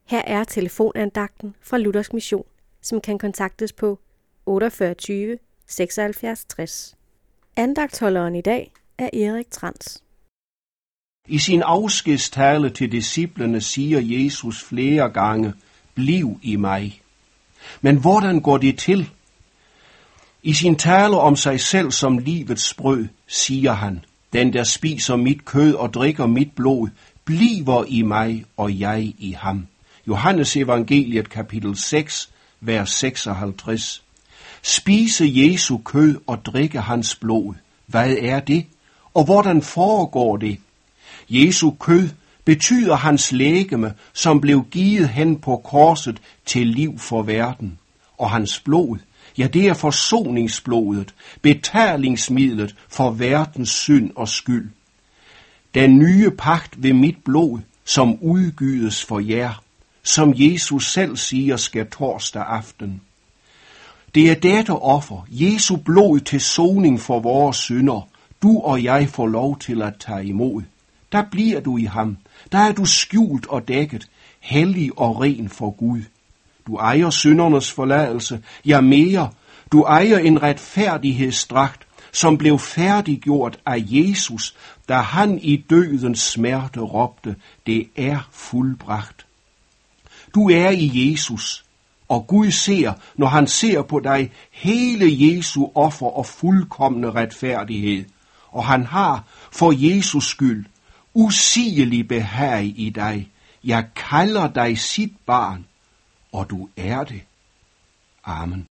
Her er telefonandagten fra Luthersk Mission, som kan kontaktes på 48 76 60. Andagtholderen i dag er Erik Trans. I sin afskedstale til disciplene siger Jesus flere gange, bliv i mig. Men hvordan går det til? I sin tale om sig selv som livets brød, siger han, den der spiser mit kød og drikker mit blod, bliver i mig og jeg i ham. Johannes evangeliet kapitel 6, vers 56. Spise Jesu kød og drikke hans blod. Hvad er det? Og hvordan foregår det? Jesu kød betyder hans legeme, som blev givet hen på korset til liv for verden. Og hans blod, ja, det er forsoningsblodet, betalingsmidlet for verdens synd og skyld. Den nye pagt ved mit blod, som udgydes for jer, som Jesus selv siger skal torsdag aften. Det er dette offer, Jesu blod til soning for vores synder, du og jeg får lov til at tage imod. Der bliver du i ham, der er du skjult og dækket, hellig og ren for Gud. Du ejer syndernes forladelse, ja mere, du ejer en retfærdighedsdragt, som blev færdiggjort af Jesus, da han i dødens smerte råbte, det er fuldbragt. Du er i Jesus, og Gud ser, når han ser på dig, hele Jesu offer og fuldkomne retfærdighed, og han har for Jesus skyld usigelig behag i dig. Jeg kalder dig sit barn, og du er det. Amen.